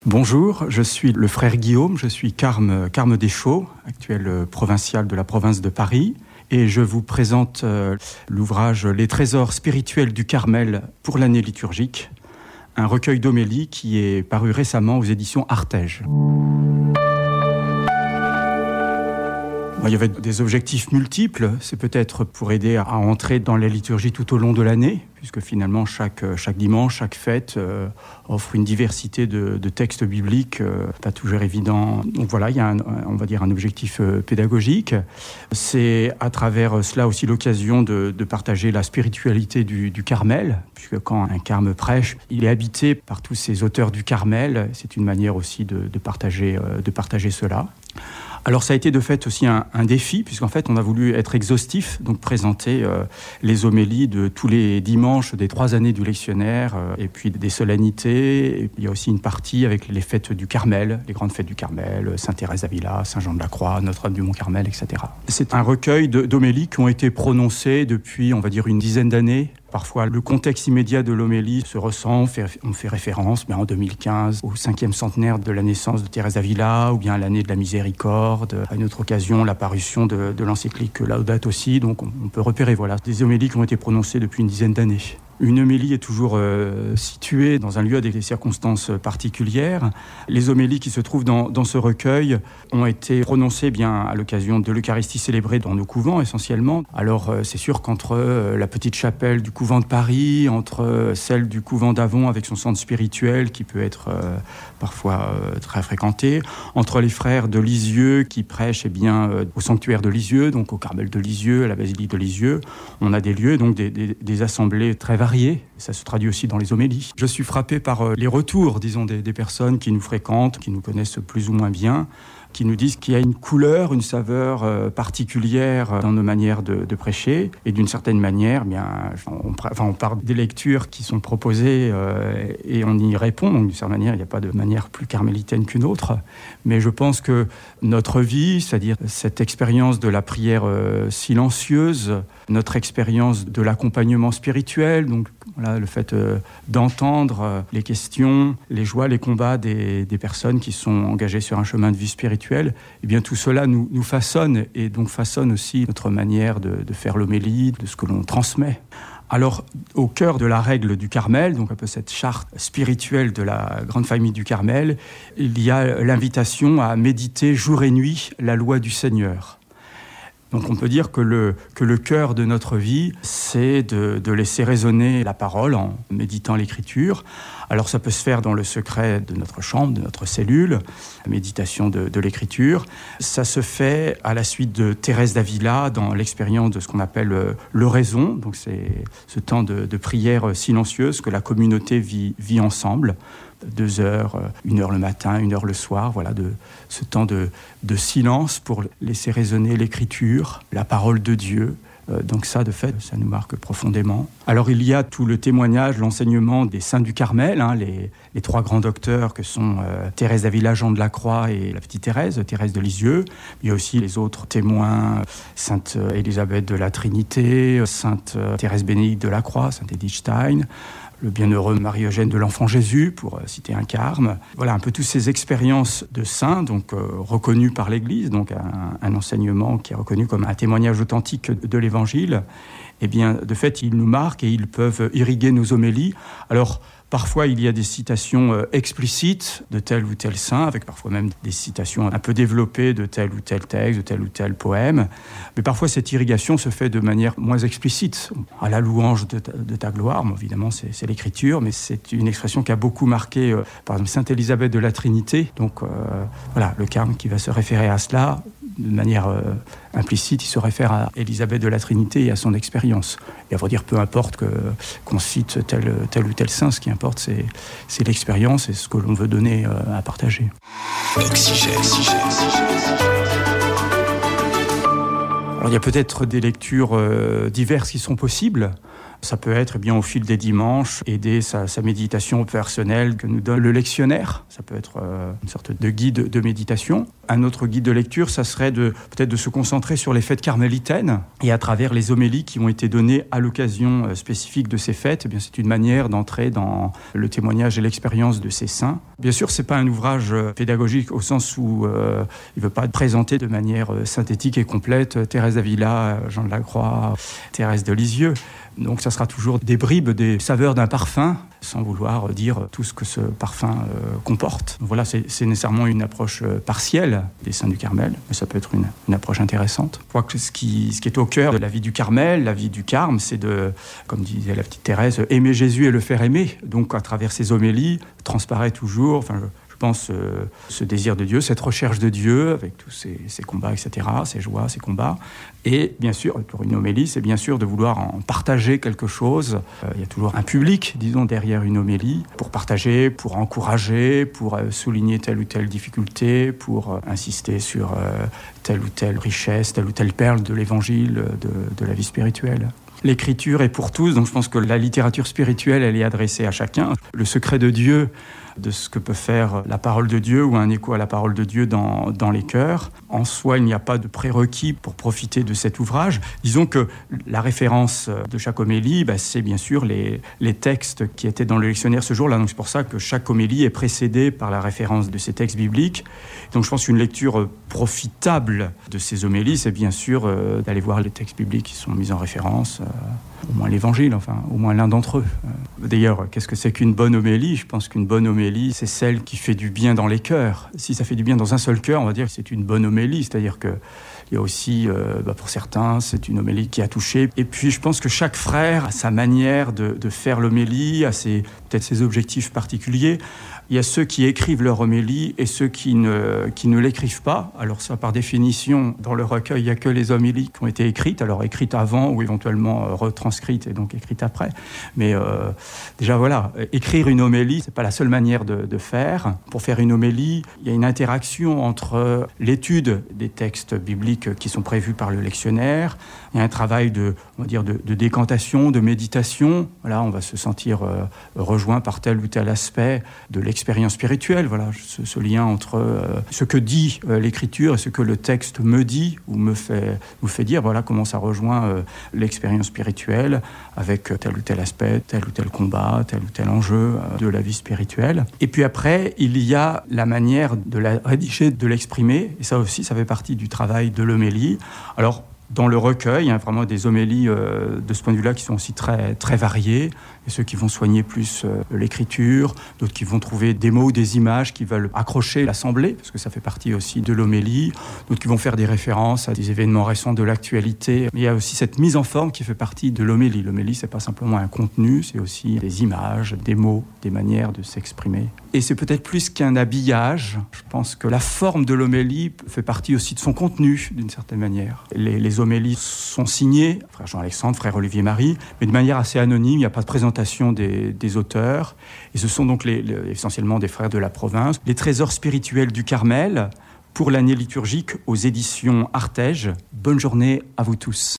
Bonjour, je suis le frère Guillaume, je suis carme Deschaux, actuel provincial de la province de Paris, et je vous présente l'ouvrage Les trésors spirituels du Carmel pour l'année liturgique, un recueil d'homélies qui est paru récemment aux éditions Artege. Il y avait des objectifs multiples, c'est peut-être pour aider à entrer dans la liturgie tout au long de l'année, puisque finalement chaque dimanche, chaque fête offre une diversité de textes bibliques, pas toujours évident. Donc voilà, il y a un objectif pédagogique. C'est à travers cela aussi l'occasion de partager la spiritualité du Carmel, puisque quand un carme prêche, il est habité par tous ces auteurs du Carmel. C'est une manière aussi de partager cela. Alors ça a été de fait aussi un défi, puisqu'en fait on a voulu être exhaustif, donc présenter les homélies de tous les dimanches des 3 années du lectionnaire, et puis des solennités. Et il y a aussi une partie avec les fêtes du Carmel, les grandes fêtes du Carmel, Sainte-Thérèse d'Avila, Saint-Jean-de-la-Croix, Notre-Dame du Mont-Carmel, etc. C'est un recueil d'homélies qui ont été prononcées depuis, on va dire, une dizaine d'années. Parfois, le contexte immédiat de l'homélie se ressent, on fait référence en 2015 au 5e centenaire de la naissance de Thérèse d'Avila, ou bien à l'année de la miséricorde, à une autre occasion, la parution de l'encyclique Laudato Si. Donc on peut repérer des homélies qui ont été prononcées depuis une dizaine d'années. Une homélie est toujours située dans un lieu avec des circonstances particulières. Les homélies qui se trouvent dans ce recueil ont été prononcées à l'occasion de l'Eucharistie célébrée dans nos couvents essentiellement. Alors c'est sûr qu'entre la petite chapelle du couvent de Paris, entre celle du couvent d'Avon avec son centre spirituel qui peut être parfois très fréquenté, entre les frères de Lisieux qui prêchent au sanctuaire de Lisieux, donc au Carmel de Lisieux, à la basilique de Lisieux, on a des lieux, donc des assemblées très variées. Ça se traduit aussi dans les homélies. Je suis frappé par les retours, des personnes qui nous fréquentent, qui nous connaissent plus ou moins bien, qui nous disent qu'il y a une couleur, une saveur particulière dans nos manières de prêcher. Et d'une certaine manière, on parle des lectures qui sont proposées et on y répond. Donc d'une certaine manière, il n'y a pas de manière plus carmélitaine qu'une autre. Mais je pense que notre vie, c'est-à-dire cette expérience de la prière silencieuse, notre expérience de l'accompagnement spirituel, donc voilà, le fait d'entendre les questions, les joies, les combats des personnes qui sont engagées sur un chemin de vie spirituel, eh bien tout cela nous façonne et donc façonne aussi notre manière de faire l'homélie, de ce que l'on transmet. Alors, au cœur de la règle du Carmel, donc un peu cette charte spirituelle de la grande famille du Carmel, il y a l'invitation à méditer jour et nuit la loi du Seigneur. Donc on peut dire que le cœur de notre vie, c'est de laisser résonner la parole en méditant l'Écriture. Alors ça peut se faire dans le secret de notre chambre, de notre cellule, la méditation de l'Écriture. Ça se fait à la suite de Thérèse d'Avila dans l'expérience de ce qu'on appelle l'oraison. Donc c'est ce temps de prière silencieuse que la communauté vit ensemble. 2 heures, 1 heure le matin, 1 heure le soir, de ce temps de silence pour laisser résonner l'Écriture, la parole de Dieu. Donc ça, de fait, ça nous marque profondément. Alors il y a tout le témoignage, l'enseignement des saints du Carmel, les 3 grands docteurs que sont Thérèse d'Avila, Jean de la Croix et la petite Thérèse de Lisieux. Il y a aussi les autres témoins, Sainte Élisabeth de la Trinité, Sainte Thérèse Bénédicte de la Croix, Sainte Edith Stein, le bienheureux Marie-Eugène de l'Enfant Jésus, pour citer un carme. Voilà un peu toutes ces expériences de saints, donc reconnues par l'Église, donc un enseignement qui est reconnu comme un témoignage authentique de l'Évangile. Eh bien, de fait, ils nous marquent et ils peuvent irriguer nos homélies. Alors, parfois, il y a des citations explicites de tel ou tel saint, avec parfois même des citations un peu développées de tel ou tel texte, de tel ou tel poème. Mais parfois, cette irrigation se fait de manière moins explicite. À la louange de ta gloire, évidemment, c'est l'Écriture, mais c'est une expression qui a beaucoup marqué, par exemple, Sainte Élisabeth de la Trinité. Donc, le carme qui va se référer à cela, de manière implicite, il se réfère à Élisabeth de la Trinité et à son expérience. Et à vrai dire, peu importe qu'on cite tel ou tel saint, ce qui importe, c'est l'expérience et ce que l'on veut donner à partager. Alors, il y a peut-être des lectures diverses qui sont possibles. Ça peut être bien au fil des dimanches, aider sa méditation personnelle que nous donne le lectionnaire. Ça peut être une sorte de guide de méditation. Un autre guide de lecture, ça serait peut-être de se concentrer sur les fêtes carmélitaines et à travers les homélies qui ont été données à l'occasion spécifique de ces fêtes, eh bien, c'est une manière d'entrer dans le témoignage et l'expérience de ces saints. Bien sûr, c'est pas un ouvrage pédagogique au sens où il veut pas présenter de manière synthétique et complète Thérèse d'Avila, Jean de la Croix, Thérèse de Lisieux. Donc ça sera toujours des bribes, des saveurs d'un parfum, sans vouloir dire tout ce que ce parfum comporte. Donc voilà, c'est nécessairement une approche partielle des saints du Carmel, mais ça peut être une approche intéressante. Je crois que ce qui est au cœur de la vie du Carmel, la vie du Carme, c'est de, comme disait la petite Thérèse, aimer Jésus et le faire aimer. Donc à travers ces homélies, transparaît toujours, je pense, ce désir de Dieu, cette recherche de Dieu, avec tous ces combats, etc., ces joies, ces combats. Et bien sûr, pour une homélie, c'est bien sûr de vouloir en partager quelque chose. Il y a toujours un public, disons, derrière une homélie, pour partager, pour encourager, pour souligner telle ou telle difficulté, pour insister sur telle ou telle richesse, telle ou telle perle de l'évangile, de la vie spirituelle. L'écriture est pour tous, donc je pense que la littérature spirituelle, elle est adressée à chacun. Le secret de Dieu, de ce que peut faire la parole de Dieu ou un écho à la parole de Dieu dans les cœurs. En soi, il n'y a pas de prérequis pour profiter de cet ouvrage. Disons que la référence de chaque homélie, c'est bien sûr les textes qui étaient dans le lectionnaire ce jour-là. Donc c'est pour ça que chaque homélie est précédée par la référence de ces textes bibliques. Donc je pense qu'une lecture profitable de ces homélies, c'est bien sûr d'aller voir les textes bibliques qui sont mis en référence, au moins l'évangile, au moins l'un d'entre eux. D'ailleurs, qu'est-ce que c'est qu'une bonne homélie ? Je pense qu'une bonne homélie, c'est celle qui fait du bien dans les cœurs. Si ça fait du bien dans un seul cœur, on va dire que c'est une bonne homélie. C'est-à-dire qu'il y a aussi, pour certains, c'est une homélie qui a touché. Et puis, je pense que chaque frère a sa manière de faire l'homélie, a peut-être ses objectifs particuliers. Il y a ceux qui écrivent leur homélie et ceux qui ne l'écrivent pas. Alors ça, par définition, dans le recueil, il n'y a que les homélies qui ont été écrites, alors écrites avant ou éventuellement retranscrites et donc écrites après. Mais déjà voilà, écrire une homélie, c'est pas la seule manière de faire. Pour faire une homélie, il y a une interaction entre l'étude des textes bibliques qui sont prévus par le lectionnaire. Il y a un travail de décantation, de méditation. Voilà, on va se sentir rejoint par tel ou tel aspect de l'expérience spirituelle. Voilà, ce lien entre ce que dit l'écriture et ce que le texte me dit ou me fait dire. Voilà comment ça rejoint l'expérience spirituelle avec tel ou tel aspect, tel ou tel combat, tel ou tel enjeu de la vie spirituelle. Et puis après, il y a la manière de la rédiger, de l'exprimer. Et ça aussi, ça fait partie du travail de l'homélie. Alors, dans le recueil, il y a vraiment des homélies de ce point de vue-là qui sont aussi très, très variées. Il y a ceux qui vont soigner plus l'écriture, d'autres qui vont trouver des mots ou des images qui veulent accrocher l'assemblée, parce que ça fait partie aussi de l'homélie. D'autres qui vont faire des références à des événements récents de l'actualité. Mais il y a aussi cette mise en forme qui fait partie de l'homélie. L'homélie, c'est pas simplement un contenu, c'est aussi des images, des mots, des manières de s'exprimer. Et c'est peut-être plus qu'un habillage. Je pense que la forme de l'homélie fait partie aussi de son contenu, d'une certaine manière. Les homélies sont signées, frère Jean-Alexandre, frère Olivier Marie, mais de manière assez anonyme, il n'y a pas de présentation des auteurs. Et ce sont donc essentiellement des frères de la province. Les trésors spirituels du Carmel, pour l'année liturgique aux éditions Artege. Bonne journée à vous tous.